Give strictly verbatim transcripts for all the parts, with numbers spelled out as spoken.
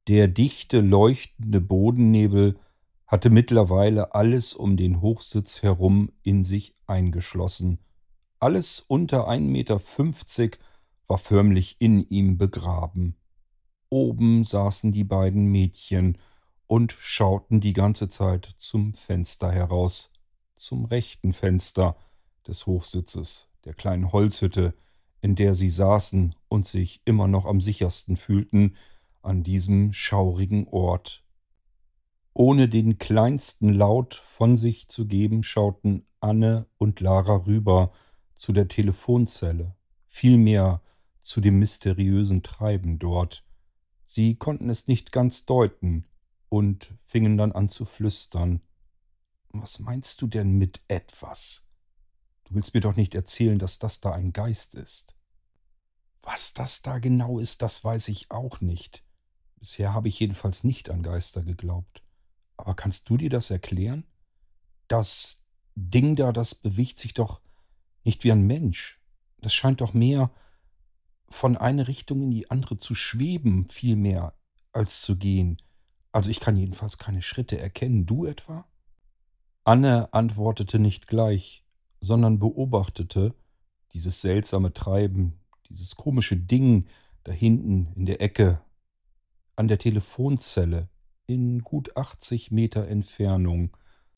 Der dichte, leuchtende Bodennebel hatte mittlerweile alles um den Hochsitz herum in sich eingeschlossen. Alles unter ein Meter fünfzig war förmlich in ihm begraben. Oben saßen die beiden Mädchen und schauten die ganze Zeit zum Fenster heraus, zum rechten Fenster des Hochsitzes, der kleinen Holzhütte, in der sie saßen und sich immer noch am sichersten fühlten an diesem schaurigen Ort. Ohne den kleinsten Laut von sich zu geben, schauten Anne und Lara rüber zu der Telefonzelle, vielmehr zu dem mysteriösen Treiben dort. Sie konnten es nicht ganz deuten und fingen dann an zu flüstern. Was meinst du denn mit etwas? Du willst mir doch nicht erzählen, dass das da ein Geist ist. Was das da genau ist, das weiß ich auch nicht. Bisher habe ich jedenfalls nicht an Geister geglaubt. Aber kannst du dir das erklären? Das Ding da, das bewegt sich doch nicht wie ein Mensch. Das scheint doch mehr von einer Richtung in die andere zu schweben, vielmehr als zu gehen. Also ich kann jedenfalls keine Schritte erkennen. Du etwa? Anne antwortete nicht gleich, sondern beobachtete dieses seltsame Treiben, dieses komische Ding da hinten in der Ecke, an der Telefonzelle, in gut achtzig Meter Entfernung.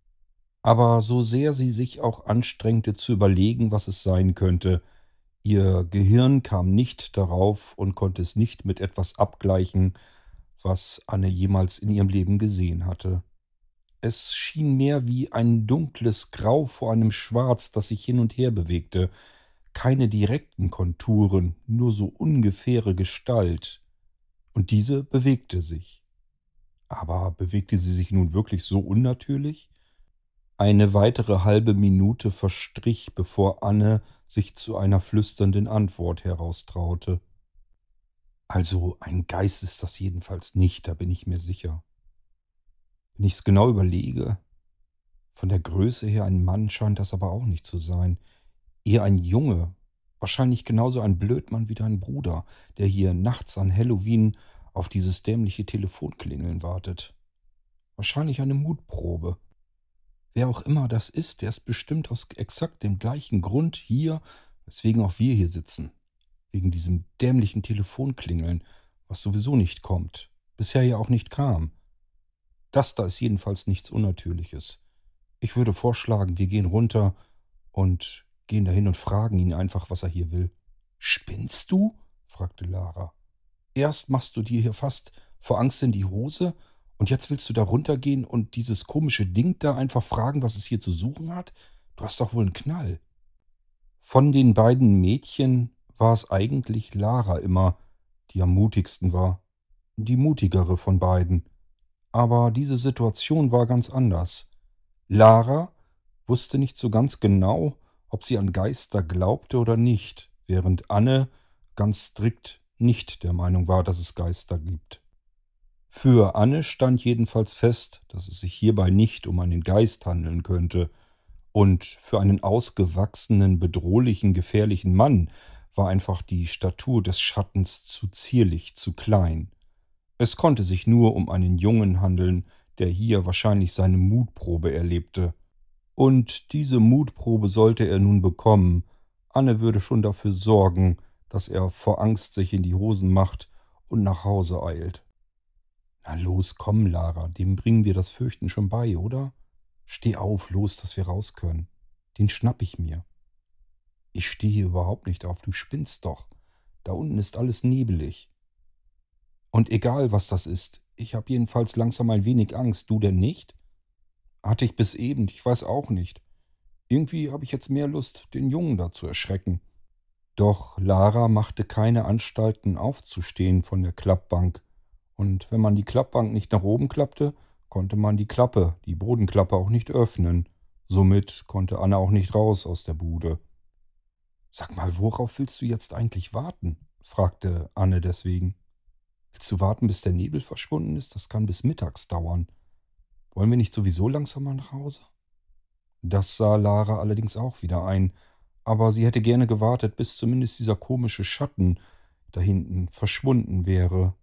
Aber so sehr sie sich auch anstrengte zu überlegen, was es sein könnte, ihr Gehirn kam nicht darauf und konnte es nicht mit etwas abgleichen, was Anne jemals in ihrem Leben gesehen hatte. Es schien mehr wie ein dunkles Grau vor einem Schwarz, das sich hin und her bewegte. Keine direkten Konturen, nur so ungefähre Gestalt. Und diese bewegte sich. Aber bewegte sie sich nun wirklich so unnatürlich? Eine weitere halbe Minute verstrich, bevor Anne sich zu einer flüsternden Antwort heraustraute. Also ein Geist ist das jedenfalls nicht, da bin ich mir sicher. Wenn ich's genau überlege, von der Größe her ein Mann scheint das aber auch nicht zu sein. Eher ein Junge, wahrscheinlich genauso ein Blödmann wie dein Bruder, der hier nachts an Halloween auf dieses dämliche Telefonklingeln wartet. Wahrscheinlich eine Mutprobe. Wer auch immer das ist, der ist bestimmt aus exakt dem gleichen Grund hier, weswegen auch wir hier sitzen. Wegen diesem dämlichen Telefonklingeln, was sowieso nicht kommt. Bisher ja auch nicht kam. Das da ist jedenfalls nichts Unnatürliches. Ich würde vorschlagen, wir gehen runter und gehen dahin und fragen ihn einfach, was er hier will. Spinnst du? Fragte Lara. Erst machst du dir hier fast vor Angst in die Hose und jetzt willst du da runtergehen und dieses komische Ding da einfach fragen, was es hier zu suchen hat? Du hast doch wohl einen Knall. Von den beiden Mädchen war es eigentlich Lara immer, die am mutigsten war. Die mutigere von beiden. Aber diese Situation war ganz anders. Lara wusste nicht so ganz genau, ob sie an Geister glaubte oder nicht, während Anne ganz strikt nicht der Meinung war, dass es Geister gibt. Für Anne stand jedenfalls fest, dass es sich hierbei nicht um einen Geist handeln könnte, und für einen ausgewachsenen, bedrohlichen, gefährlichen Mann war einfach die Statur des Schattens zu zierlich, zu klein. Es konnte sich nur um einen Jungen handeln, der hier wahrscheinlich seine Mutprobe erlebte. Und diese Mutprobe sollte er nun bekommen. Anne würde schon dafür sorgen, dass er vor Angst sich in die Hosen macht und nach Hause eilt. Na los, komm, Lara, dem bringen wir das Fürchten schon bei, oder? Steh auf, los, dass wir raus können. Den schnapp ich mir. Ich stehe hier überhaupt nicht auf, du spinnst doch. Da unten ist alles nebelig. Und egal, was das ist, ich habe jedenfalls langsam ein wenig Angst, du denn nicht? Hatte ich bis eben, ich weiß auch nicht. Irgendwie habe ich jetzt mehr Lust, den Jungen da zu erschrecken. Doch Lara machte keine Anstalten aufzustehen von der Klappbank. Und wenn man die Klappbank nicht nach oben klappte, konnte man die Klappe, die Bodenklappe auch nicht öffnen. Somit konnte Anne auch nicht raus aus der Bude. Sag mal, worauf willst du jetzt eigentlich warten? Fragte Anne deswegen. Willst du warten, bis der Nebel verschwunden ist? Das kann bis mittags dauern. Wollen wir nicht sowieso langsam mal nach Hause? Das sah Lara allerdings auch wieder ein, aber sie hätte gerne gewartet, bis zumindest dieser komische Schatten da hinten verschwunden wäre.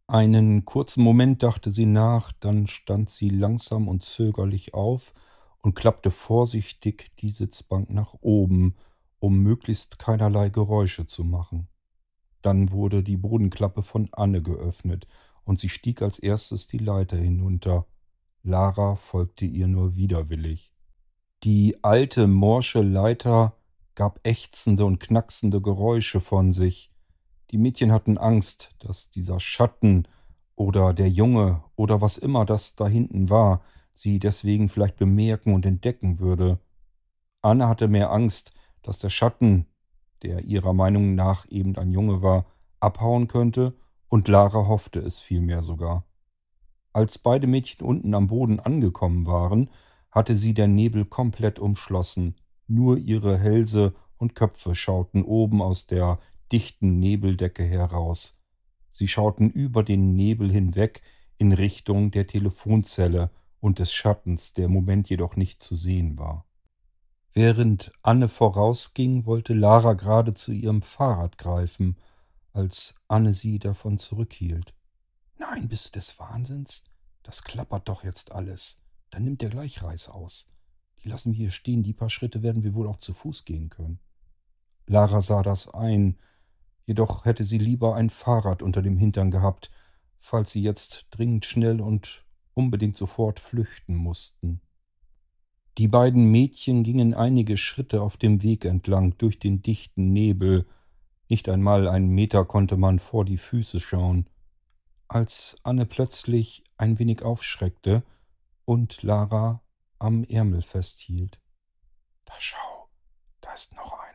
Einen kurzen Moment dachte sie nach, dann stand sie langsam und zögerlich auf und klappte vorsichtig die Sitzbank nach oben, um möglichst keinerlei Geräusche zu machen. Dann wurde die Bodenklappe von Anne geöffnet und sie stieg als erstes die Leiter hinunter. Lara folgte ihr nur widerwillig. Die alte, morsche Leiter gab ächzende und knacksende Geräusche von sich. Die Mädchen hatten Angst, dass dieser Schatten oder der Junge oder was immer das da hinten war, sie deswegen vielleicht bemerken und entdecken würde. Anne hatte mehr Angst, dass der Schatten, der ihrer Meinung nach eben ein Junge war, abhauen könnte, und Lara hoffte es vielmehr sogar. Als beide Mädchen unten am Boden angekommen waren, hatte sie der Nebel komplett umschlossen. Nur ihre Hälse und Köpfe schauten oben aus der dichten Nebeldecke heraus. Sie schauten über den Nebel hinweg in Richtung der Telefonzelle und des Schattens, der im Moment jedoch nicht zu sehen war. Während Anne vorausging, wollte Lara gerade zu ihrem Fahrrad greifen, als Anne sie davon zurückhielt. »Nein, bist du des Wahnsinns? Das klappert doch jetzt alles. Dann nimmt der gleich Reißaus. Die lassen wir hier stehen, die paar Schritte werden wir wohl auch zu Fuß gehen können.« Lara sah das ein, jedoch hätte sie lieber ein Fahrrad unter dem Hintern gehabt, falls sie jetzt dringend schnell und unbedingt sofort flüchten mussten. Die beiden Mädchen gingen einige Schritte auf dem Weg entlang durch den dichten Nebel. Nicht einmal einen Meter konnte man vor die Füße schauen, als Anne plötzlich ein wenig aufschreckte und Lara am Ärmel festhielt. »Da schau, da ist noch einer.«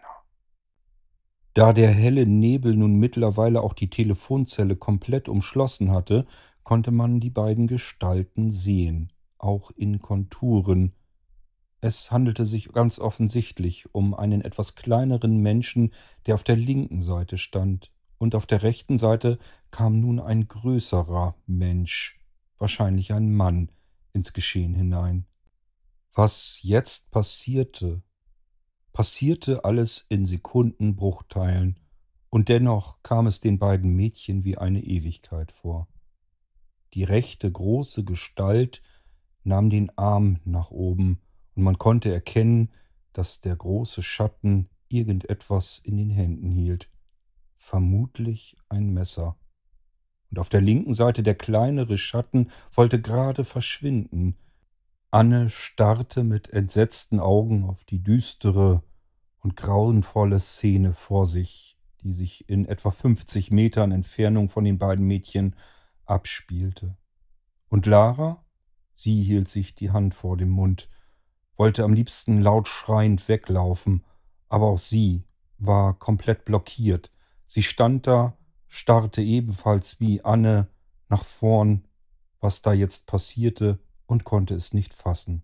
Da der helle Nebel nun mittlerweile auch die Telefonzelle komplett umschlossen hatte, konnte man die beiden Gestalten sehen, auch in Konturen. Es handelte sich ganz offensichtlich um einen etwas kleineren Menschen, der auf der linken Seite stand, und auf der rechten Seite kam nun ein größerer Mensch, wahrscheinlich ein Mann, ins Geschehen hinein. Was jetzt passierte, passierte alles in Sekundenbruchteilen, und dennoch kam es den beiden Mädchen wie eine Ewigkeit vor. Die rechte große Gestalt nahm den Arm nach oben, und man konnte erkennen, dass der große Schatten irgendetwas in den Händen hielt. Vermutlich ein Messer. Und auf der linken Seite der kleinere Schatten wollte gerade verschwinden. Anne starrte mit entsetzten Augen auf die düstere und grauenvolle Szene vor sich, die sich in etwa fünfzig Metern Entfernung von den beiden Mädchen abspielte. Und Lara? Sie hielt sich die Hand vor dem Mund, wollte am liebsten laut schreiend weglaufen, aber auch sie war komplett blockiert. Sie stand da, starrte ebenfalls wie Anne nach vorn, was da jetzt passierte, und konnte es nicht fassen.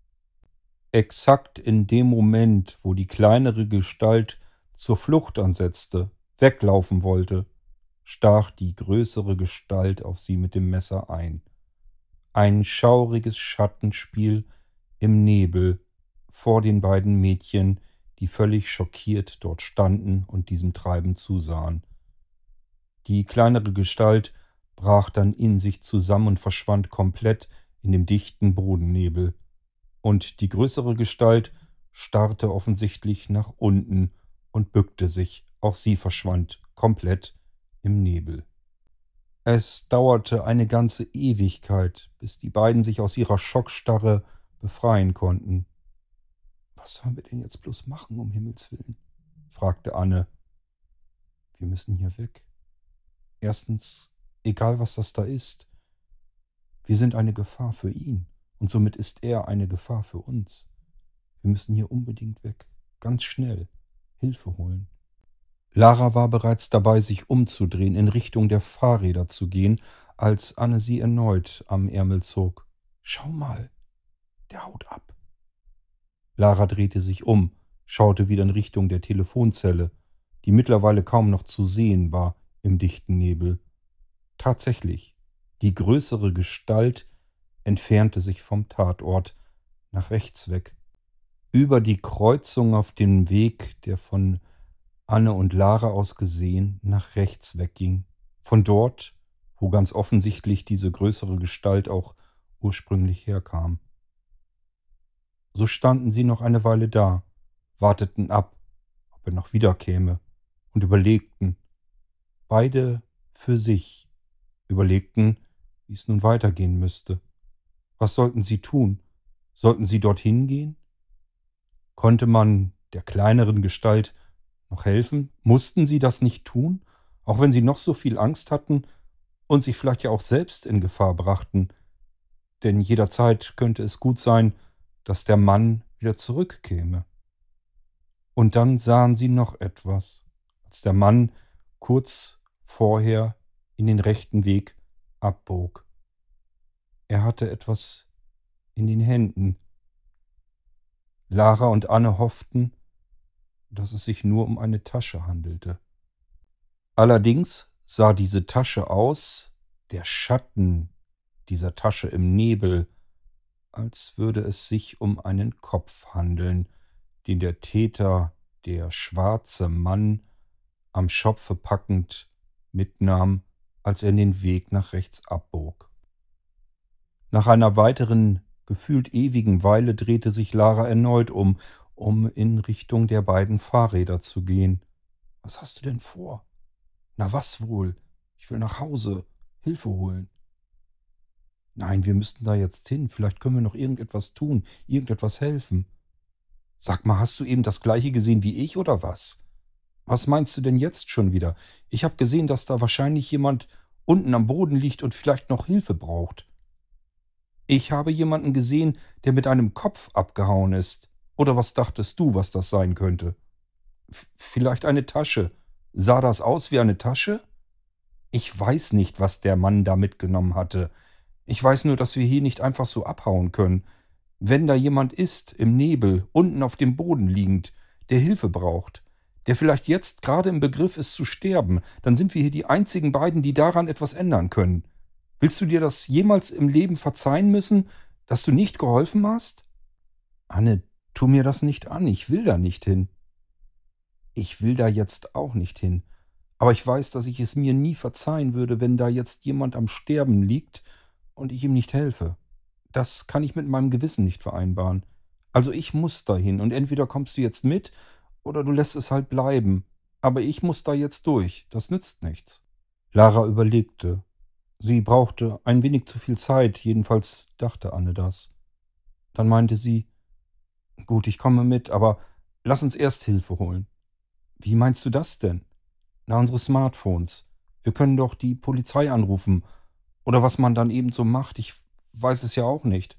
Exakt in dem Moment, wo die kleinere Gestalt zur Flucht ansetzte, weglaufen wollte, stach die größere Gestalt auf sie mit dem Messer ein. Ein schauriges Schattenspiel im Nebel vor den beiden Mädchen, die völlig schockiert dort standen und diesem Treiben zusahen. Die kleinere Gestalt brach dann in sich zusammen und verschwand komplett in dem dichten Bodennebel. Und die größere Gestalt starrte offensichtlich nach unten und bückte sich. Auch sie verschwand komplett im Nebel. Es dauerte eine ganze Ewigkeit, bis die beiden sich aus ihrer Schockstarre befreien konnten. »Was sollen wir denn jetzt bloß machen, um Himmels willen?« fragte Anne. »Wir müssen hier weg. Erstens, egal was das da ist, wir sind eine Gefahr für ihn, und somit ist er eine Gefahr für uns. Wir müssen hier unbedingt weg, ganz schnell, Hilfe holen.« Lara war bereits dabei, sich umzudrehen, in Richtung der Fahrräder zu gehen, als Anne sie erneut am Ärmel zog. »Schau mal, der haut ab.« Lara drehte sich um, schaute wieder in Richtung der Telefonzelle, die mittlerweile kaum noch zu sehen war im dichten Nebel. Tatsächlich, die größere Gestalt entfernte sich vom Tatort nach rechts weg. Über die Kreuzung auf dem Weg, der von Anne und Lara aus gesehen nach rechts wegging. Von dort, wo ganz offensichtlich diese größere Gestalt auch ursprünglich herkam. So standen sie noch eine Weile da, warteten ab, ob er noch wiederkäme, und überlegten, beide für sich, überlegten, wie es nun weitergehen müsste. Was sollten sie tun? Sollten sie dorthin gehen? Konnte man der kleineren Gestalt noch helfen? Mussten sie das nicht tun, auch wenn sie noch so viel Angst hatten und sich vielleicht ja auch selbst in Gefahr brachten? Denn jederzeit könnte es gut sein, dass der Mann wieder zurückkäme. Und dann sahen sie noch etwas, als der Mann kurz vorher in den rechten Weg abbog. Er hatte etwas in den Händen. Lara und Anne hofften, dass es sich nur um eine Tasche handelte. Allerdings sah diese Tasche aus, der Schatten dieser Tasche im Nebel, als würde es sich um einen Kopf handeln, den der Täter, der schwarze Mann, am Schopfe packend mitnahm, als er den Weg nach rechts abbog. Nach einer weiteren, gefühlt ewigen Weile drehte sich Lara erneut um, um in Richtung der beiden Fahrräder zu gehen. »Was hast du denn vor?« »Na was wohl? Ich will nach Hause. Hilfe holen.« »Nein, wir müssten da jetzt hin. Vielleicht können wir noch irgendetwas tun, irgendetwas helfen.« »Sag mal, hast du eben das Gleiche gesehen wie ich, oder was? Was meinst du denn jetzt schon wieder? Ich habe gesehen, dass da wahrscheinlich jemand unten am Boden liegt und vielleicht noch Hilfe braucht.« »Ich habe jemanden gesehen, der mit einem Kopf abgehauen ist. Oder was dachtest du, was das sein könnte?« F- »Vielleicht eine Tasche. Sah das aus wie eine Tasche?« »Ich weiß nicht, was der Mann da mitgenommen hatte. Ich weiß nur, dass wir hier nicht einfach so abhauen können. Wenn da jemand ist, im Nebel, unten auf dem Boden liegend, der Hilfe braucht, der vielleicht jetzt gerade im Begriff ist zu sterben, dann sind wir hier die einzigen beiden, die daran etwas ändern können. Willst du dir das jemals im Leben verzeihen müssen, dass du nicht geholfen hast?« »Anne, tu mir das nicht an. Ich will da nicht hin.« »Ich will da jetzt auch nicht hin. Aber ich weiß, dass ich es mir nie verzeihen würde, wenn da jetzt jemand am Sterben liegt und ich ihm nicht helfe. Das kann ich mit meinem Gewissen nicht vereinbaren. Also ich muss dahin und entweder kommst du jetzt mit oder du lässt es halt bleiben. Aber ich muss da jetzt durch. Das nützt nichts.« Lara überlegte. Sie brauchte ein wenig zu viel Zeit, jedenfalls dachte Anne das. Dann meinte sie, »Gut, ich komme mit, aber lass uns erst Hilfe holen.« »Wie meinst du das denn?« »Na, unsere Smartphones. Wir können doch die Polizei anrufen. Oder was man dann eben so macht, ich weiß es ja auch nicht.«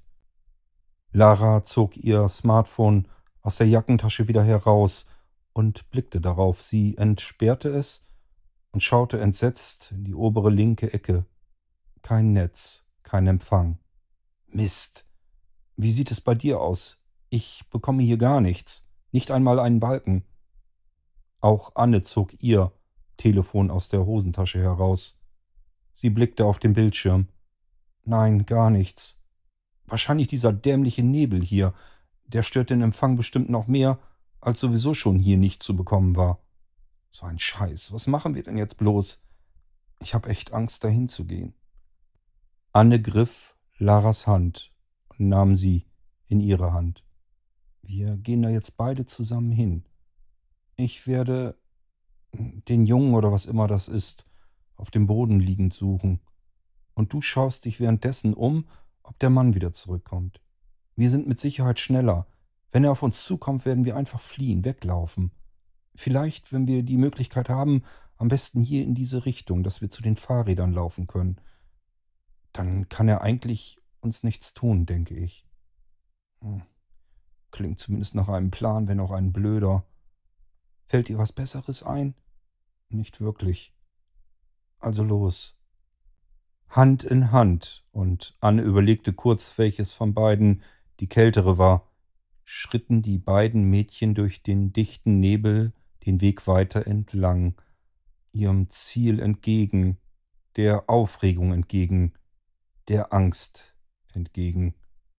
Lara zog ihr Smartphone aus der Jackentasche wieder heraus und blickte darauf. Sie entsperrte es und schaute entsetzt in die obere linke Ecke. Kein Netz, kein Empfang. Mist. Wie sieht es bei dir aus? Ich bekomme hier gar nichts. Nicht einmal einen Balken. Auch Anne zog ihr Telefon aus der Hosentasche heraus. Sie blickte auf den Bildschirm. Nein, gar nichts. Wahrscheinlich dieser dämliche Nebel hier. Der stört den Empfang bestimmt noch mehr, als sowieso schon hier nicht zu bekommen war. So ein Scheiß. Was machen wir denn jetzt bloß? Ich habe echt Angst, dahin zu gehen. Anne griff Laras Hand und nahm sie in ihre Hand. Wir gehen da jetzt beide zusammen hin. Ich werde den Jungen oder was immer das ist, auf dem Boden liegend suchen. Und du schaust dich währenddessen um, ob der Mann wieder zurückkommt. Wir sind mit Sicherheit schneller. Wenn er auf uns zukommt, werden wir einfach fliehen, weglaufen. Vielleicht, wenn wir die Möglichkeit haben, am besten hier in diese Richtung, dass wir zu den Fahrrädern laufen können. Dann kann er eigentlich uns nichts tun, denke ich. Hm. Klingt zumindest nach einem Plan, wenn auch ein blöder. Fällt dir was Besseres ein? Nicht wirklich. Also los. Hand in Hand, und Anne überlegte kurz, welches von beiden die kältere war, schritten die beiden Mädchen durch den dichten Nebel den Weg weiter entlang, ihrem Ziel entgegen, der Aufregung entgegen, der Angst entgegen.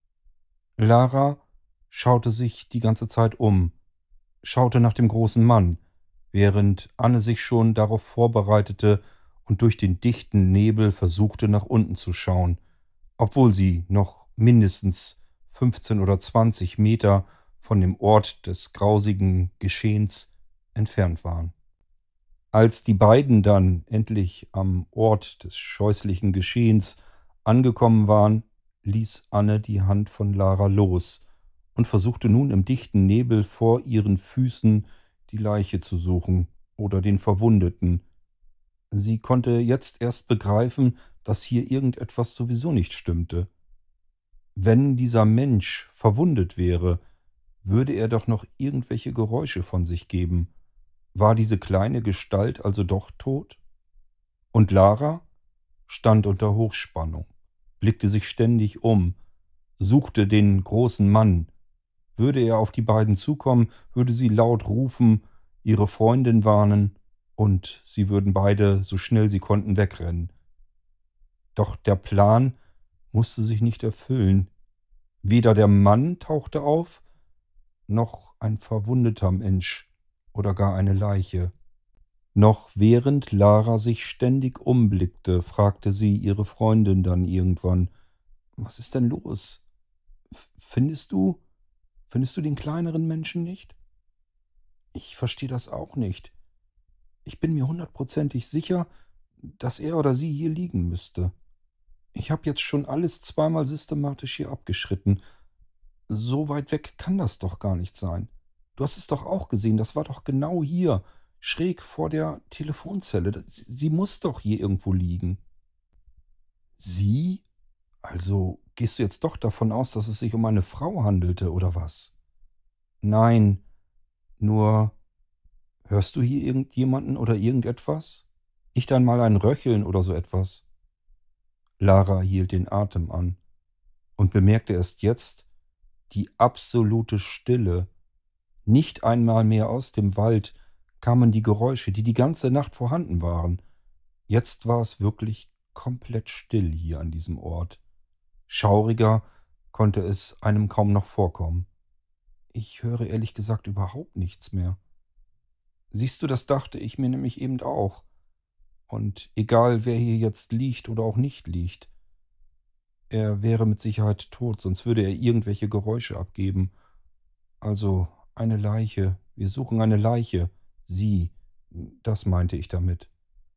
Lara schaute sich die ganze Zeit um, schaute nach dem großen Mann, während Anne sich schon darauf vorbereitete, und durch den dichten Nebel versuchte nach unten zu schauen, obwohl sie noch mindestens fünfzehn oder zwanzig Meter von dem Ort des grausigen Geschehens entfernt waren. Als die beiden dann endlich am Ort des scheußlichen Geschehens angekommen waren, ließ Anne die Hand von Lara los und versuchte nun im dichten Nebel vor ihren Füßen die Leiche zu suchen oder den Verwundeten. Sie konnte jetzt erst begreifen, dass hier irgendetwas sowieso nicht stimmte. Wenn dieser Mensch verwundet wäre, würde er doch noch irgendwelche Geräusche von sich geben. War diese kleine Gestalt also doch tot? Und Lara stand unter Hochspannung, blickte sich ständig um, suchte den großen Mann. Würde er auf die beiden zukommen, würde sie laut rufen, ihre Freundin warnen, und sie würden beide, so schnell sie konnten, wegrennen. Doch der Plan musste sich nicht erfüllen. Weder der Mann tauchte auf, noch ein verwundeter Mensch oder gar eine Leiche. Noch während Lara sich ständig umblickte, fragte sie ihre Freundin dann irgendwann: Was ist denn los? F- Findest du, findest du den kleineren Menschen nicht? Ich verstehe das auch nicht. Ich bin mir hundertprozentig sicher, dass er oder sie hier liegen müsste. Ich habe jetzt schon alles zweimal systematisch hier abgeschritten. So weit weg kann das doch gar nicht sein. Du hast es doch auch gesehen, das war doch genau hier, schräg vor der Telefonzelle. Das- Sie muss doch hier irgendwo liegen. Sie? Also gehst du jetzt doch davon aus, dass es sich um eine Frau handelte, oder was? Nein, nur hörst du hier irgendjemanden oder irgendetwas? Nicht einmal ein Röcheln oder so etwas? Lara hielt den Atem an und bemerkte erst jetzt die absolute Stille. Nicht einmal mehr aus dem Wald kamen die Geräusche, die die ganze Nacht vorhanden waren. Jetzt war es wirklich komplett still hier an diesem Ort. Schauriger konnte es einem kaum noch vorkommen. Ich höre ehrlich gesagt überhaupt nichts mehr. Siehst du, das dachte ich mir nämlich eben auch. Und egal, wer hier jetzt liegt oder auch nicht liegt, er wäre mit Sicherheit tot, sonst würde er irgendwelche Geräusche abgeben. Also eine Leiche. Wir suchen eine Leiche. Sie. Das meinte ich damit.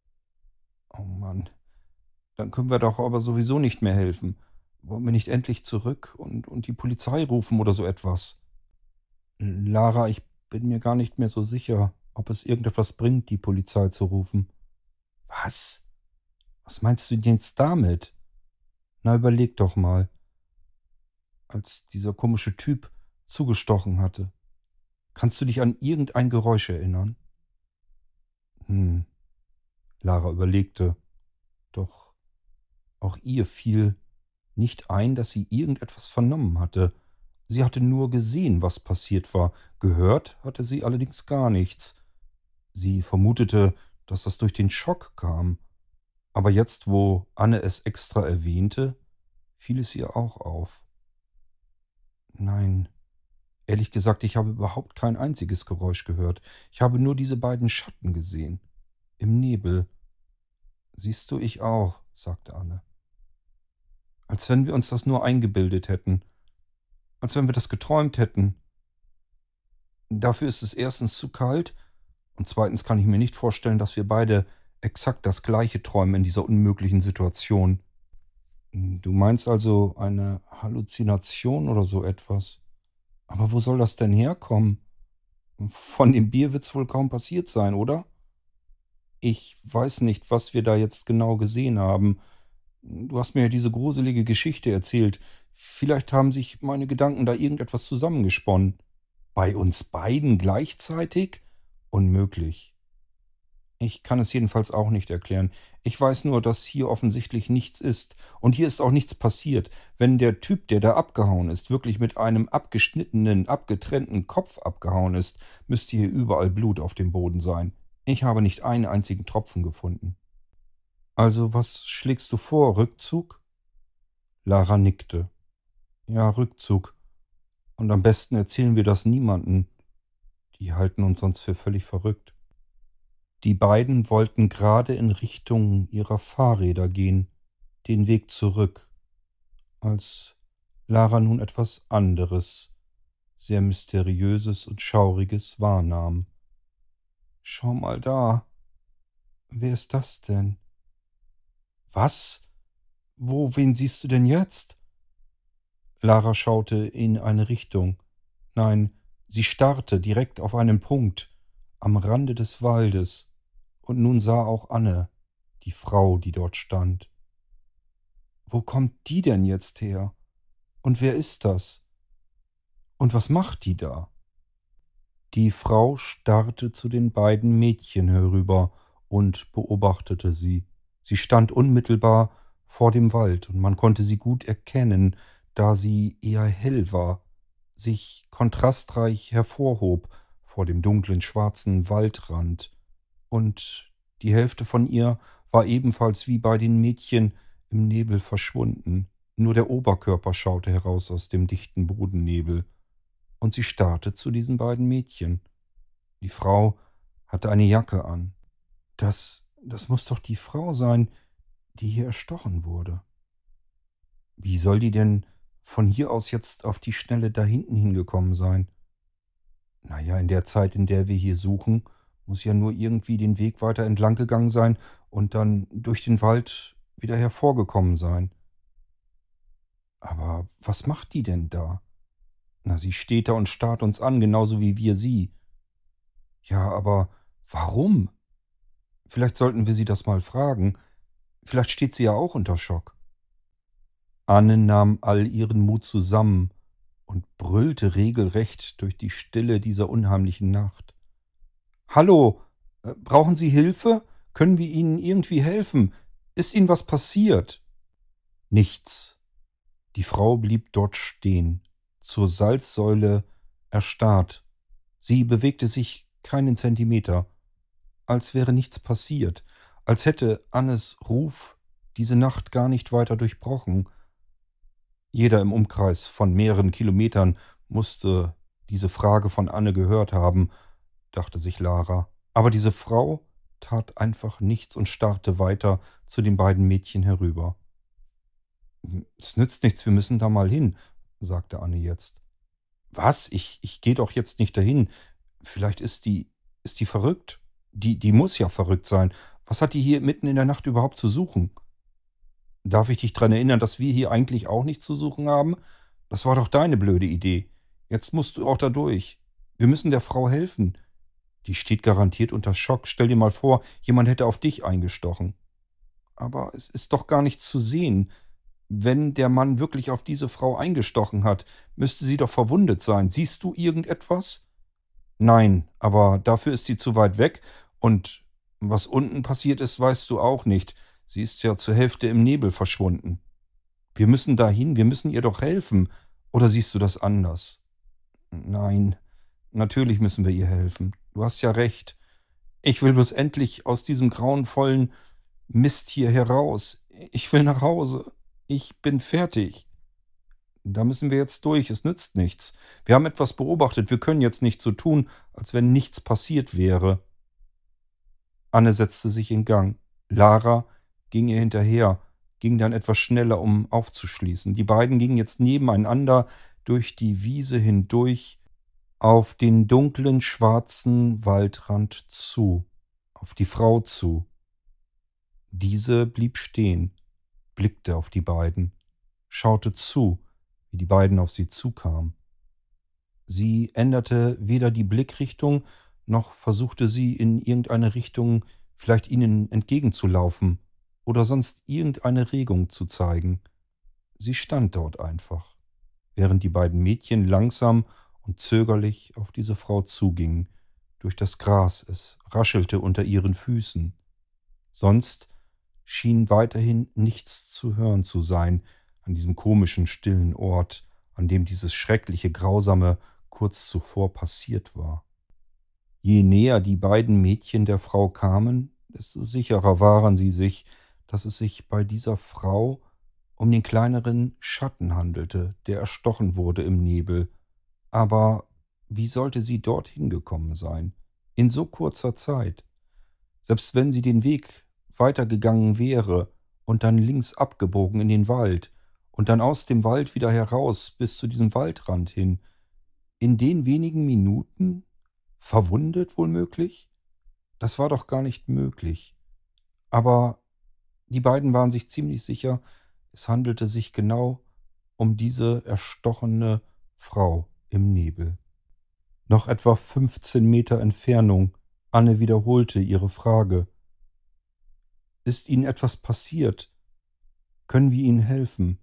Oh Mann. Dann können wir doch aber sowieso nicht mehr helfen. Wollen wir nicht endlich zurück und, und die Polizei rufen oder so etwas? Lara, ich bin mir gar nicht mehr so sicher, ob es irgendetwas bringt, die Polizei zu rufen. Was? Was meinst du denn jetzt damit? Na, überleg doch mal, als dieser komische Typ zugestochen hatte. Kannst du dich an irgendein Geräusch erinnern? Hm, Lara überlegte. Doch auch ihr fiel nicht ein, dass sie irgendetwas vernommen hatte. Sie hatte nur gesehen, was passiert war. Gehört hatte sie allerdings gar nichts. Sie vermutete, dass das durch den Schock kam. Aber jetzt, wo Anne es extra erwähnte, fiel es ihr auch auf. Nein, ehrlich gesagt, ich habe überhaupt kein einziges Geräusch gehört. Ich habe nur diese beiden Schatten gesehen. Im Nebel. Siehst du, ich auch, sagte Anne. Als wenn wir uns das nur eingebildet hätten. Als wenn wir das geträumt hätten. Dafür ist es erstens zu kalt und zweitens kann ich mir nicht vorstellen, dass wir beide exakt das gleiche träumen in dieser unmöglichen Situation. Du meinst also eine Halluzination oder so etwas? Aber wo soll das denn herkommen? Von dem Bier wird's wohl kaum passiert sein, oder? Ich weiß nicht, was wir da jetzt genau gesehen haben. Du hast mir ja diese gruselige Geschichte erzählt. Vielleicht haben sich meine Gedanken da irgendetwas zusammengesponnen. Bei uns beiden gleichzeitig? Unmöglich. Ich kann es jedenfalls auch nicht erklären. Ich weiß nur, dass hier offensichtlich nichts ist. Und hier ist auch nichts passiert. Wenn der Typ, der da abgehauen ist, wirklich mit einem abgeschnittenen, abgetrennten Kopf abgehauen ist, müsste hier überall Blut auf dem Boden sein. Ich habe nicht einen einzigen Tropfen gefunden. Also, was schlägst du vor? Rückzug? Lara nickte. Ja, Rückzug. Und am besten erzählen wir das niemanden. Die halten uns sonst für völlig verrückt. Die beiden wollten gerade in Richtung ihrer Fahrräder gehen, den Weg zurück, als Lara nun etwas anderes, sehr Mysteriöses und Schauriges wahrnahm. »Schau mal da. Wer ist das denn?« »Was? Wo, wen siehst du denn jetzt?« Lara schaute in eine Richtung. Nein, sie starrte direkt auf einen Punkt am Rande des Waldes, und nun sah auch Anne, die Frau, die dort stand. »Wo kommt die denn jetzt her? Und wer ist das? Und was macht die da?« Die Frau starrte zu den beiden Mädchen herüber und beobachtete sie. Sie stand unmittelbar vor dem Wald, und man konnte sie gut erkennen, da sie eher hell war, sich kontrastreich hervorhob vor dem dunklen schwarzen Waldrand, und die Hälfte von ihr war ebenfalls wie bei den Mädchen im Nebel verschwunden. Nur der Oberkörper schaute heraus aus dem dichten Bodennebel, und sie starrte zu diesen beiden Mädchen. Die Frau hatte eine Jacke an. Das, das muss doch die Frau sein, die hier erstochen wurde. Wie soll die denn von hier aus jetzt auf die Schnelle da hinten hingekommen sein? Na ja, in der Zeit, in der wir hier suchen, muss ja nur irgendwie den Weg weiter entlang gegangen sein und dann durch den Wald wieder hervorgekommen sein. Aber was macht die denn da? Na, sie steht da und starrt uns an, genauso wie wir sie. Ja, aber warum? Vielleicht sollten wir sie das mal fragen. Vielleicht steht sie ja auch unter Schock. Anne nahm all ihren Mut zusammen und brüllte regelrecht durch die Stille dieser unheimlichen Nacht. »Hallo, äh, brauchen Sie Hilfe? Können wir Ihnen irgendwie helfen? Ist Ihnen was passiert?« Nichts. Die Frau blieb dort stehen, zur Salzsäule erstarrt. Sie bewegte sich keinen Zentimeter, als wäre nichts passiert, als hätte Annes Ruf diese Nacht gar nicht weiter durchbrochen. Jeder im Umkreis von mehreren Kilometern musste diese Frage von Anne gehört haben, dachte sich Lara. Aber diese Frau tat einfach nichts und starrte weiter zu den beiden Mädchen herüber. »Es nützt nichts, wir müssen da mal hin«, sagte Anne jetzt. »Was? Ich, ich gehe doch jetzt nicht dahin. Vielleicht ist die, ist die verrückt? Die, die muss ja verrückt sein. Was hat die hier mitten in der Nacht überhaupt zu suchen?« »Darf ich dich daran erinnern, dass wir hier eigentlich auch nichts zu suchen haben? Das war doch deine blöde Idee. Jetzt musst du auch da durch. Wir müssen der Frau helfen. Die steht garantiert unter Schock. Stell dir mal vor, jemand hätte auf dich eingestochen.« »Aber es ist doch gar nichts zu sehen. Wenn der Mann wirklich auf diese Frau eingestochen hat, müsste sie doch verwundet sein. Siehst du irgendetwas?« »Nein, aber dafür ist sie zu weit weg, und was unten passiert ist, weißt du auch nicht. Sie ist ja zur Hälfte im Nebel verschwunden. Wir müssen dahin, wir müssen ihr doch helfen. Oder siehst du das anders?« »Nein, natürlich müssen wir ihr helfen. Du hast ja recht. Ich will bloß endlich aus diesem grauenvollen Mist hier heraus. Ich will nach Hause. Ich bin fertig. Da müssen wir jetzt durch. Es nützt nichts. Wir haben etwas beobachtet. Wir können jetzt nicht so tun, als wenn nichts passiert wäre.« Anne setzte sich in Gang. Lara ging ihr hinterher, ging dann etwas schneller, um aufzuschließen. Die beiden gingen jetzt nebeneinander durch die Wiese hindurch auf den dunklen, schwarzen Waldrand zu, auf die Frau zu. Diese blieb stehen, blickte auf die beiden, schaute zu, wie die beiden auf sie zukamen. Sie änderte weder die Blickrichtung, noch versuchte sie in irgendeine Richtung vielleicht ihnen entgegenzulaufen oder sonst irgendeine Regung zu zeigen. Sie stand dort einfach, während die beiden Mädchen langsam und zögerlich auf diese Frau zugingen. Durch das Gras, es raschelte unter ihren Füßen. Sonst schien weiterhin nichts zu hören zu sein an diesem komischen, stillen Ort, an dem dieses schreckliche, grausame kurz zuvor passiert war. Je näher die beiden Mädchen der Frau kamen, desto sicherer waren sie sich, dass es sich bei dieser Frau um den kleineren Schatten handelte, der erstochen wurde im Nebel. Aber wie sollte sie dorthin gekommen sein? In so kurzer Zeit? Selbst wenn sie den Weg weitergegangen wäre und dann links abgebogen in den Wald und dann aus dem Wald wieder heraus bis zu diesem Waldrand hin, in den wenigen Minuten verwundet wohl möglich? Das war doch gar nicht möglich. Aber die beiden waren sich ziemlich sicher, es handelte sich genau um diese erstochene Frau im Nebel. Noch etwa fünfzehn Meter Entfernung. Anne wiederholte ihre Frage. Ist Ihnen etwas passiert? Können wir Ihnen helfen?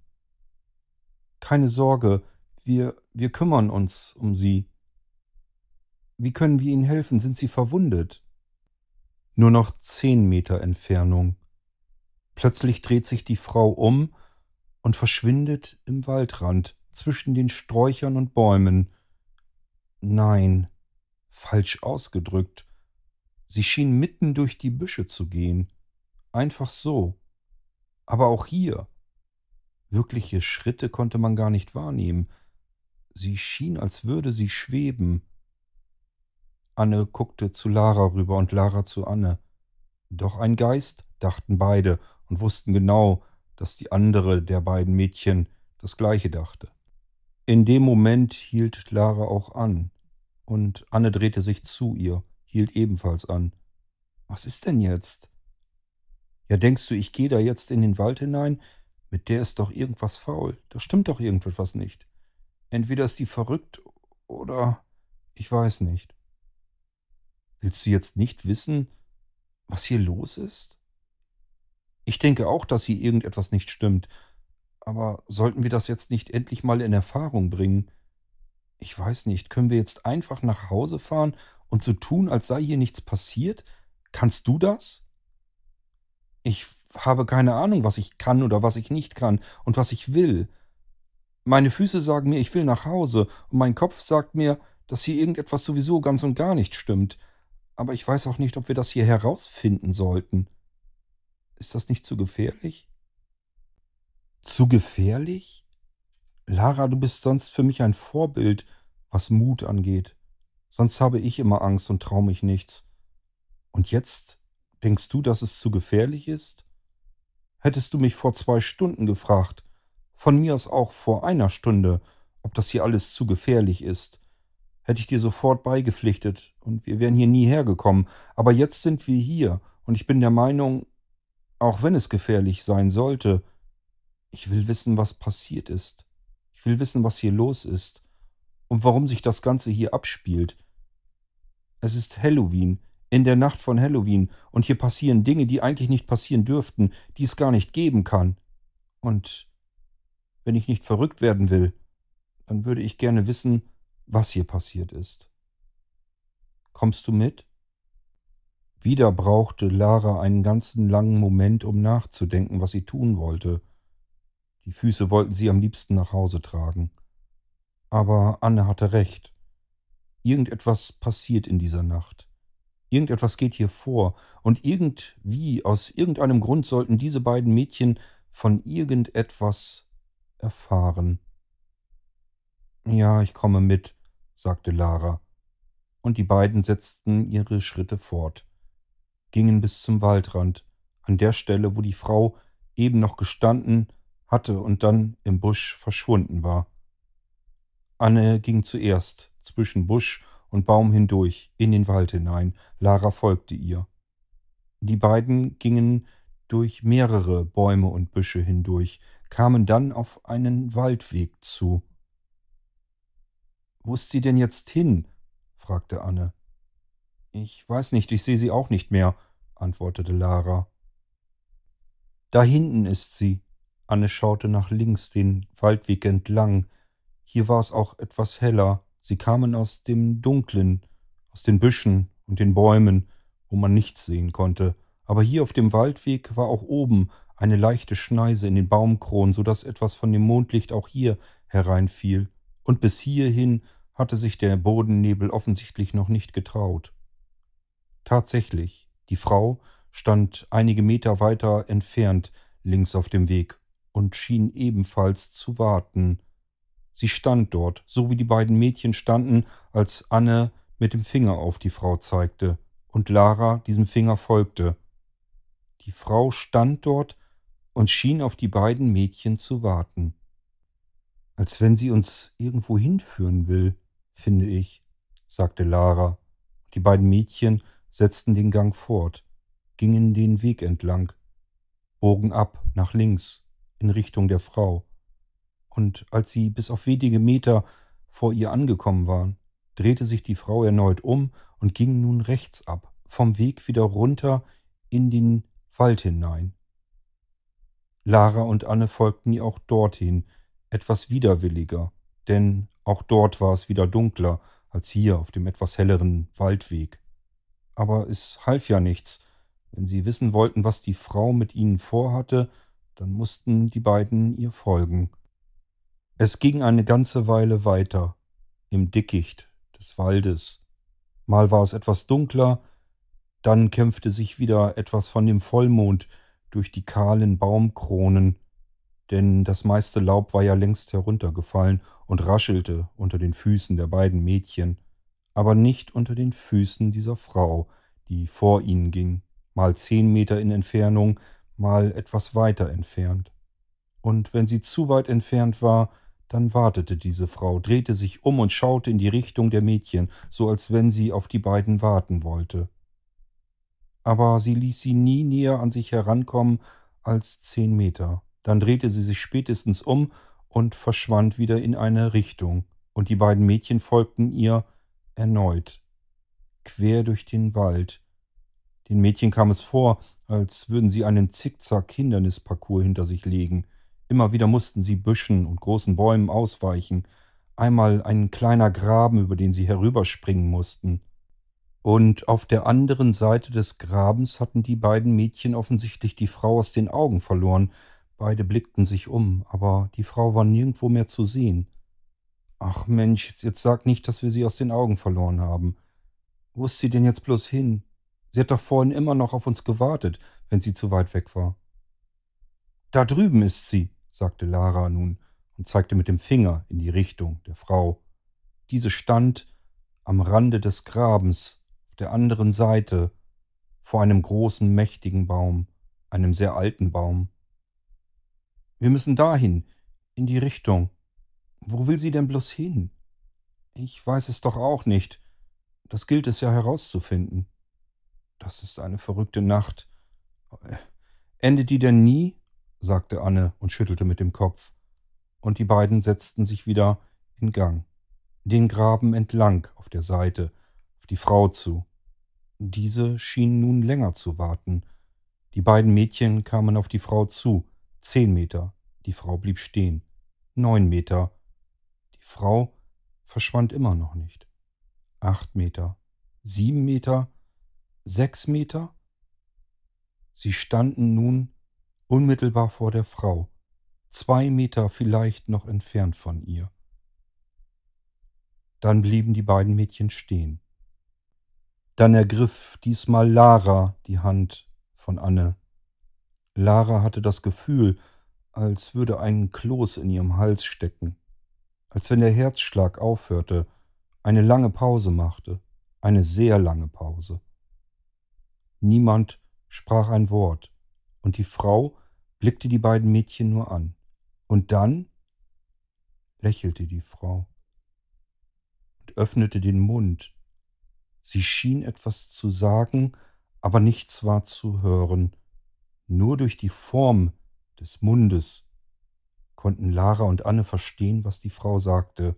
Keine Sorge, wir, wir kümmern uns um Sie. Wie können wir Ihnen helfen? Sind Sie verwundet? Nur noch zehn Meter Entfernung. Plötzlich dreht sich die Frau um und verschwindet im Waldrand zwischen den Sträuchern und Bäumen. Nein, falsch ausgedrückt. Sie schien mitten durch die Büsche zu gehen. Einfach so. Aber auch hier. Wirkliche Schritte konnte man gar nicht wahrnehmen. Sie schien, als würde sie schweben. Anne guckte zu Lara rüber und Lara zu Anne. Doch ein Geist, dachten beide und wussten genau, dass die andere der beiden Mädchen das Gleiche dachte. In dem Moment hielt Lara auch an, und Anne drehte sich zu ihr, hielt ebenfalls an. Was ist denn jetzt? Ja, denkst du, ich gehe da jetzt in den Wald hinein? Mit der ist doch irgendwas faul. Da stimmt doch irgendetwas nicht. Entweder ist die verrückt oder ich weiß nicht. Willst du jetzt nicht wissen, was hier los ist? Ich denke auch, dass hier irgendetwas nicht stimmt. Aber sollten wir das jetzt nicht endlich mal in Erfahrung bringen? Ich weiß nicht, können wir jetzt einfach nach Hause fahren und so tun, als sei hier nichts passiert? Kannst du das? Ich habe keine Ahnung, was ich kann oder was ich nicht kann und was ich will. Meine Füße sagen mir, ich will nach Hause, und mein Kopf sagt mir, dass hier irgendetwas sowieso ganz und gar nicht stimmt. Aber ich weiß auch nicht, ob wir das hier herausfinden sollten. Ist das nicht zu gefährlich? Zu gefährlich? Lara, du bist sonst für mich ein Vorbild, was Mut angeht. Sonst habe ich immer Angst und traue mich nichts. Und jetzt denkst du, dass es zu gefährlich ist? Hättest du mich vor zwei Stunden gefragt, von mir aus auch vor einer Stunde, ob das hier alles zu gefährlich ist, hätte ich dir sofort beigepflichtet und wir wären hier nie hergekommen. Aber jetzt sind wir hier und ich bin der Meinung, auch wenn es gefährlich sein sollte, ich will wissen, was passiert ist. Ich will wissen, was hier los ist und warum sich das Ganze hier abspielt. Es ist Halloween, in der Nacht von Halloween, und hier passieren Dinge, die eigentlich nicht passieren dürften, die es gar nicht geben kann. Und wenn ich nicht verrückt werden will, dann würde ich gerne wissen, was hier passiert ist. Kommst du mit? Wieder brauchte Lara einen ganzen langen Moment, um nachzudenken, was sie tun wollte. Die Füße wollten sie am liebsten nach Hause tragen. Aber Anne hatte recht. Irgendetwas passiert in dieser Nacht. Irgendetwas geht hier vor, und irgendwie, aus irgendeinem Grund sollten diese beiden Mädchen von irgendetwas erfahren. Ja, ich komme mit, sagte Lara, und die beiden setzten ihre Schritte fort, gingen bis zum Waldrand, an der Stelle, wo die Frau eben noch gestanden hatte und dann im Busch verschwunden war. Anne ging zuerst zwischen Busch und Baum hindurch in den Wald hinein. Lara folgte ihr. Die beiden gingen durch mehrere Bäume und Büsche hindurch, kamen dann auf einen Waldweg zu. »Wo ist sie denn jetzt hin?« fragte Anne. »Ich weiß nicht, ich sehe sie auch nicht mehr«, antwortete Lara. »Da hinten ist sie.« Anne schaute nach links den Waldweg entlang. Hier war es auch etwas heller. Sie kamen aus dem Dunklen, aus den Büschen und den Bäumen, wo man nichts sehen konnte. Aber hier auf dem Waldweg war auch oben eine leichte Schneise in den Baumkronen, so dass etwas von dem Mondlicht auch hier hereinfiel. Und bis hierhin hatte sich der Bodennebel offensichtlich noch nicht getraut. Tatsächlich, die Frau stand einige Meter weiter entfernt links auf dem Weg und schien ebenfalls zu warten. Sie stand dort, so wie die beiden Mädchen standen, als Anne mit dem Finger auf die Frau zeigte, und Lara diesem Finger folgte. Die Frau stand dort und schien auf die beiden Mädchen zu warten. Als wenn sie uns irgendwo hinführen will, finde ich, sagte Lara. Die beiden Mädchen setzten den Gang fort, gingen den Weg entlang, bogen ab nach links in Richtung der Frau. Und als sie bis auf wenige Meter vor ihr angekommen waren, drehte sich die Frau erneut um und ging nun rechts ab, vom Weg wieder runter in den Wald hinein. Lara und Anne folgten ihr auch dorthin, etwas widerwilliger, denn auch dort war es wieder dunkler als hier auf dem etwas helleren Waldweg. Aber es half ja nichts. Wenn sie wissen wollten, was die Frau mit ihnen vorhatte, dann mussten die beiden ihr folgen. Es ging eine ganze Weile weiter, im Dickicht des Waldes. Mal war es etwas dunkler, dann kämpfte sich wieder etwas von dem Vollmond durch die kahlen Baumkronen, denn das meiste Laub war ja längst heruntergefallen und raschelte unter den Füßen der beiden Mädchen, aber nicht unter den Füßen dieser Frau, die vor ihnen ging, mal zehn Meter in Entfernung, mal etwas weiter entfernt. Und wenn sie zu weit entfernt war, dann wartete diese Frau, drehte sich um und schaute in die Richtung der Mädchen, so als wenn sie auf die beiden warten wollte. Aber sie ließ sie nie näher an sich herankommen als zehn Meter. Dann drehte sie sich spätestens um und verschwand wieder in eine Richtung, und die beiden Mädchen folgten ihr erneut, quer durch den Wald. Den Mädchen kam es vor, als würden sie einen Zickzack-Hindernisparcours hinter sich legen. Immer wieder mussten sie Büschen und großen Bäumen ausweichen, einmal ein kleiner Graben, über den sie herüberspringen mussten. Und auf der anderen Seite des Grabens hatten die beiden Mädchen offensichtlich die Frau aus den Augen verloren. Beide blickten sich um, aber die Frau war nirgendwo mehr zu sehen. Ach Mensch, jetzt sag nicht, dass wir sie aus den Augen verloren haben. Wo ist sie denn jetzt bloß hin? Sie hat doch vorhin immer noch auf uns gewartet, wenn sie zu weit weg war. Da drüben ist sie, sagte Lara nun und zeigte mit dem Finger in die Richtung der Frau. Diese stand am Rande des Grabens, auf der anderen Seite, vor einem großen, mächtigen Baum, einem sehr alten Baum. Wir müssen dahin, in die Richtung. Wo will sie denn bloß hin? Ich weiß es doch auch nicht. Das gilt es ja herauszufinden. Das ist eine verrückte Nacht. Endet die denn nie? Sagte Anne und schüttelte mit dem Kopf. Und die beiden setzten sich wieder in Gang. Den Graben entlang auf der Seite, auf die Frau zu. Diese schien nun länger zu warten. Die beiden Mädchen kamen auf die Frau zu. Zehn Meter. Die Frau blieb stehen. Neun Meter. Die Frau verschwand immer noch nicht. Acht Meter. Sieben Meter. Sechs Meter. Sie standen nun unmittelbar vor der Frau. Zwei Meter vielleicht noch entfernt von ihr. Dann blieben die beiden Mädchen stehen. Dann ergriff diesmal Lara die Hand von Anne. Lara hatte das Gefühl, als würde ein Kloß in ihrem Hals stecken, als wenn der Herzschlag aufhörte, eine lange Pause machte, eine sehr lange Pause. Niemand sprach ein Wort, und die Frau blickte die beiden Mädchen nur an. Und dann lächelte die Frau und öffnete den Mund. Sie schien etwas zu sagen, aber nichts war zu hören. Nur durch die Form des Mundes konnten Lara und Anne verstehen, was die Frau sagte.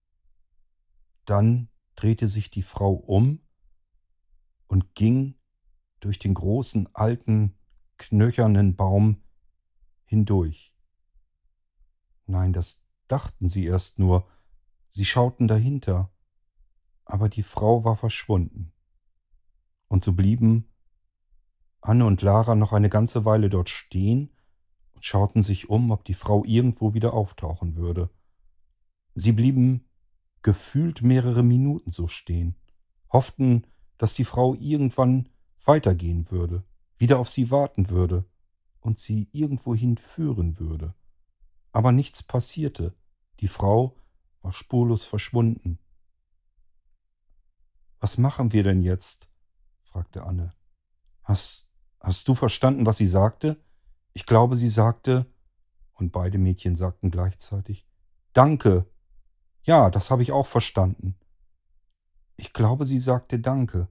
Dann drehte sich die Frau um und ging durch den großen, alten, knöchernen Baum hindurch. Nein, das dachten sie erst nur. Sie schauten dahinter, aber die Frau war verschwunden. Und so blieben Anne und Lara noch eine ganze Weile dort stehen und schauten sich um, ob die Frau irgendwo wieder auftauchen würde. Sie blieben gefühlt mehrere Minuten so stehen, hofften, dass die Frau irgendwann weitergehen würde, wieder auf sie warten würde und sie irgendwohin führen würde. Aber nichts passierte. Die Frau war spurlos verschwunden. »Was machen wir denn jetzt?« fragte Anne. Hast, hast du verstanden, was sie sagte? Ich glaube, sie sagte, und beide Mädchen sagten gleichzeitig, Danke. Ja, das habe ich auch verstanden. Ich glaube, sie sagte Danke.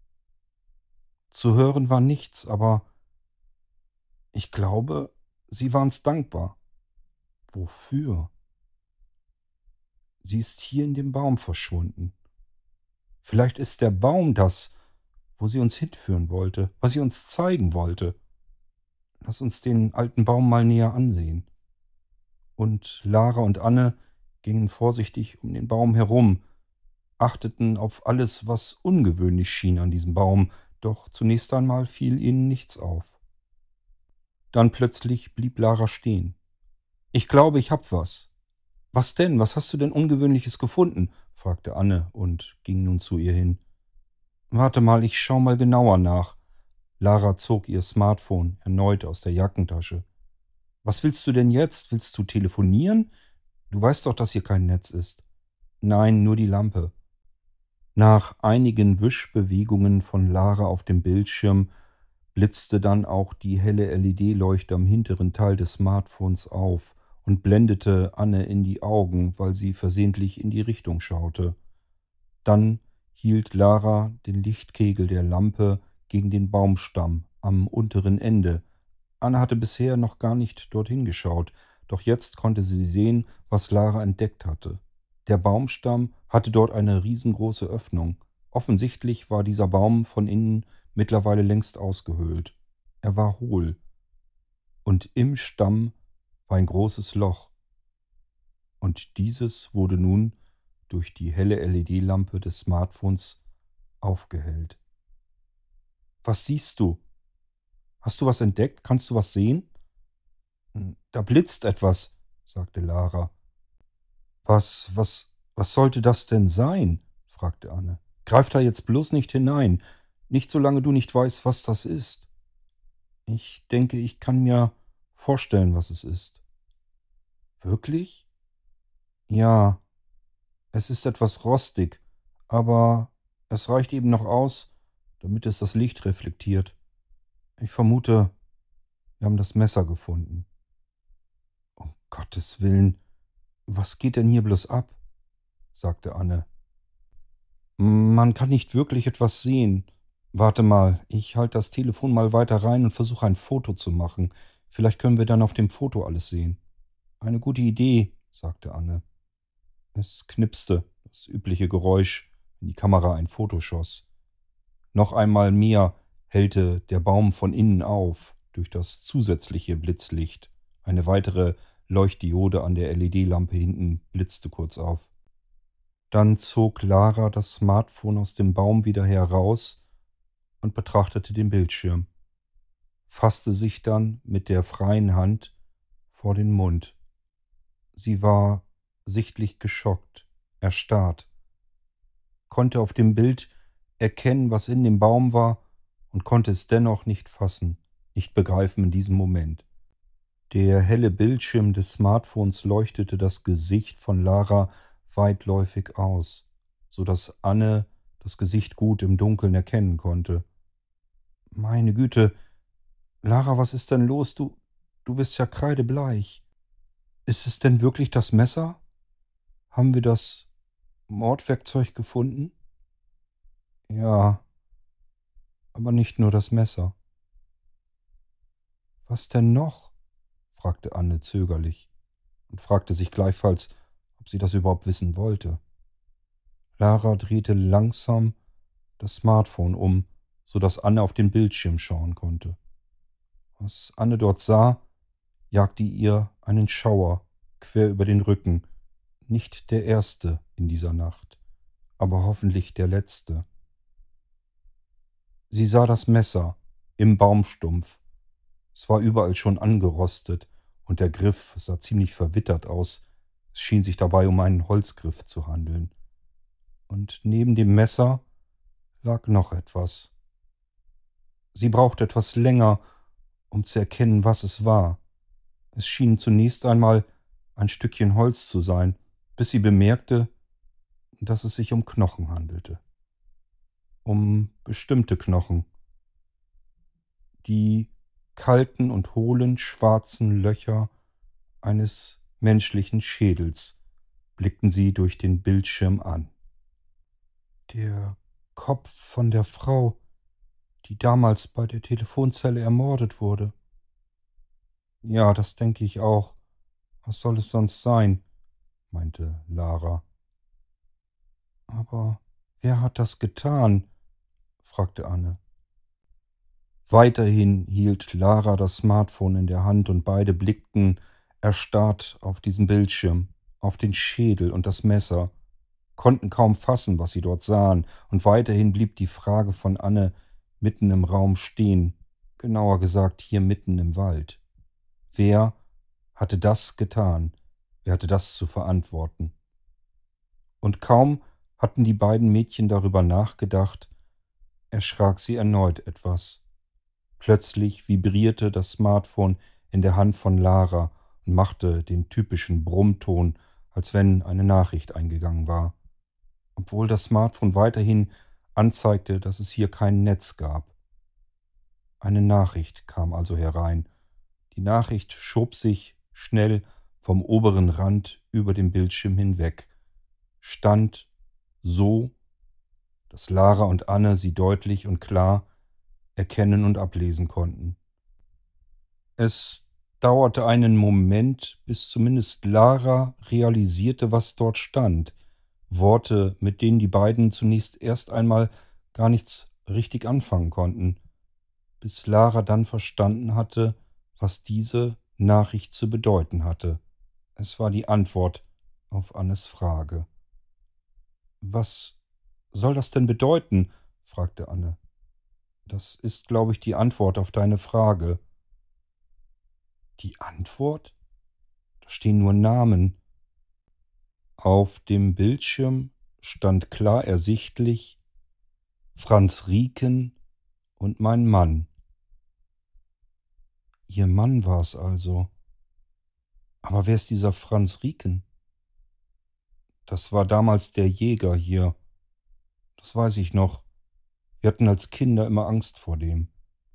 Zu hören war nichts, aber ich glaube, sie war uns dankbar. Wofür? Sie ist hier in dem Baum verschwunden. Vielleicht ist der Baum das, wo sie uns hinführen wollte, was sie uns zeigen wollte. Lass uns den alten Baum mal näher ansehen. Und Lara und Anne gingen vorsichtig um den Baum herum, achteten auf alles, was ungewöhnlich schien an diesem Baum, doch zunächst einmal fiel ihnen nichts auf. Dann plötzlich blieb Lara stehen. »Ich glaube, ich hab was.« »Was denn? Was hast du denn Ungewöhnliches gefunden?« fragte Anne und ging nun zu ihr hin. »Warte mal, ich schau mal genauer nach.« Lara zog ihr Smartphone erneut aus der Jackentasche. »Was willst du denn jetzt? Willst du telefonieren? Du weißt doch, dass hier kein Netz ist.« »Nein, nur die Lampe.« Nach einigen Wischbewegungen von Lara auf dem Bildschirm blitzte dann auch die helle L E D-Leuchte am hinteren Teil des Smartphones auf und blendete Anne in die Augen, weil sie versehentlich in die Richtung schaute. Dann hielt Lara den Lichtkegel der Lampe gegen den Baumstamm am unteren Ende. Anne hatte bisher noch gar nicht dorthin geschaut, doch jetzt konnte sie sehen, was Lara entdeckt hatte. Der Baumstamm hatte dort eine riesengroße Öffnung. Offensichtlich war dieser Baum von innen mittlerweile längst ausgehöhlt. Er war hohl. Und im Stamm war ein großes Loch. Und dieses wurde nun durch die helle L E D-Lampe des Smartphones aufgehellt. »Was siehst du? Hast du was entdeckt? Kannst du was sehen?« »Da blitzt etwas«, sagte Lara. »Was, was, was sollte das denn sein?« fragte Anne. »Greif da jetzt bloß nicht hinein. Nicht solange du nicht weißt, was das ist.« »Ich denke, ich kann mir vorstellen, was es ist.« »Wirklich?« »Ja, es ist etwas rostig, aber es reicht eben noch aus, damit es das Licht reflektiert. Ich vermute, wir haben das Messer gefunden.« »Um Gottes Willen, was geht denn hier bloß ab?« sagte Anne. »Man kann nicht wirklich etwas sehen. Warte mal, ich halte das Telefon mal weiter rein und versuche ein Foto zu machen. Vielleicht können wir dann auf dem Foto alles sehen.« »Eine gute Idee«, sagte Anne. Es knipste, das übliche Geräusch, wenn die Kamera ein Foto schoss. Noch einmal mehr hellte der Baum von innen auf, durch das zusätzliche Blitzlicht. Eine weitere Leuchtdiode an der L E D-Lampe hinten blitzte kurz auf. Dann zog Lara das Smartphone aus dem Baum wieder heraus und betrachtete den Bildschirm, fasste sich dann mit der freien Hand vor den Mund. Sie war sichtlich geschockt, erstarrt, konnte auf dem Bild erkennen, was in dem Baum war, und konnte es dennoch nicht fassen, nicht begreifen in diesem Moment. Der helle Bildschirm des Smartphones leuchtete das Gesicht von Lara weitläufig aus, so dass Anne das Gesicht gut im Dunkeln erkennen konnte. »Meine Güte, Lara, was ist denn los? Du, du bist ja kreidebleich. Ist es denn wirklich das Messer? Haben wir das Mordwerkzeug gefunden?« »Ja, aber nicht nur das Messer.« »Was denn noch?« fragte Anne zögerlich und fragte sich gleichfalls, ob sie das überhaupt wissen wollte. Lara drehte langsam das Smartphone um, so dass Anne auf den Bildschirm schauen konnte. Was Anne dort sah, jagte ihr einen Schauer quer über den Rücken. Nicht der erste in dieser Nacht, aber hoffentlich der letzte. Sie sah das Messer im Baumstumpf. Es war überall schon angerostet und der Griff sah ziemlich verwittert aus. Es schien sich dabei um einen Holzgriff zu handeln. Und neben dem Messer lag noch etwas. Sie brauchte etwas länger, um zu erkennen, was es war. Es schien zunächst einmal ein Stückchen Holz zu sein, bis sie bemerkte, dass es sich um Knochen handelte. um bestimmte Knochen. Die kalten und hohlen schwarzen Löcher eines menschlichen Schädels blickten sie durch den Bildschirm an. Der Kopf von der Frau, die damals bei der Telefonzelle ermordet wurde. Ja, das denke ich auch. Was soll es sonst sein? Meinte Lara. Aber wer hat das getan? Fragte Anne. Weiterhin hielt Lara das Smartphone in der Hand und beide blickten erstarrt auf diesen Bildschirm, auf den Schädel und das Messer, konnten kaum fassen, was sie dort sahen, und weiterhin blieb die Frage von Anne mitten im Raum stehen, genauer gesagt hier mitten im Wald. Wer hatte das getan? Wer hatte das zu verantworten? Und kaum hatten die beiden Mädchen darüber nachgedacht, erschrak sie erneut etwas. Plötzlich vibrierte das Smartphone in der Hand von Lara und machte den typischen Brummton, als wenn eine Nachricht eingegangen war. Obwohl das Smartphone weiterhin anzeigte, dass es hier kein Netz gab. Eine Nachricht kam also herein. Die Nachricht schob sich schnell vom oberen Rand über den Bildschirm hinweg, stand so, dass Lara und Anne sie deutlich und klar erkennen und ablesen konnten. Es dauerte einen Moment, bis zumindest Lara realisierte, was dort stand. Worte, mit denen die beiden zunächst erst einmal gar nichts richtig anfangen konnten, bis Lara dann verstanden hatte, was diese Nachricht zu bedeuten hatte. Es war die Antwort auf Annes Frage. »Was soll das denn bedeuten?« fragte Anne. »Das ist, glaube ich, die Antwort auf deine Frage.« »Die Antwort? Da stehen nur Namen.« Auf dem Bildschirm stand klar ersichtlich Franz Rieken und mein Mann. Ihr Mann war es also. Aber wer ist dieser Franz Rieken? Das war damals der Jäger hier. Das weiß ich noch. Wir hatten als Kinder immer Angst vor dem.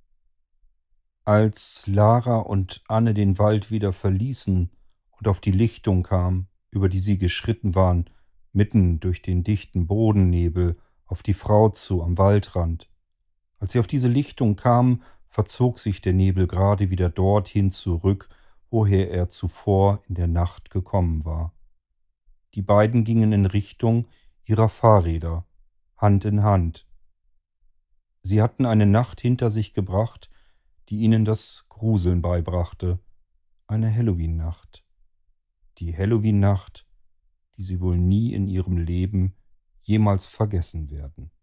Als Lara und Anne den Wald wieder verließen und auf die Lichtung kamen, über die sie geschritten waren, mitten durch den dichten Bodennebel auf die Frau zu am Waldrand. Als sie auf diese Lichtung kamen, verzog sich der Nebel gerade wieder dorthin zurück, woher er zuvor in der Nacht gekommen war. Die beiden gingen in Richtung ihrer Fahrräder, Hand in Hand. Sie hatten eine Nacht hinter sich gebracht, die ihnen das Gruseln beibrachte. Eine Halloween-Nacht. Die Halloween-Nacht, die sie wohl nie in ihrem Leben jemals vergessen werden.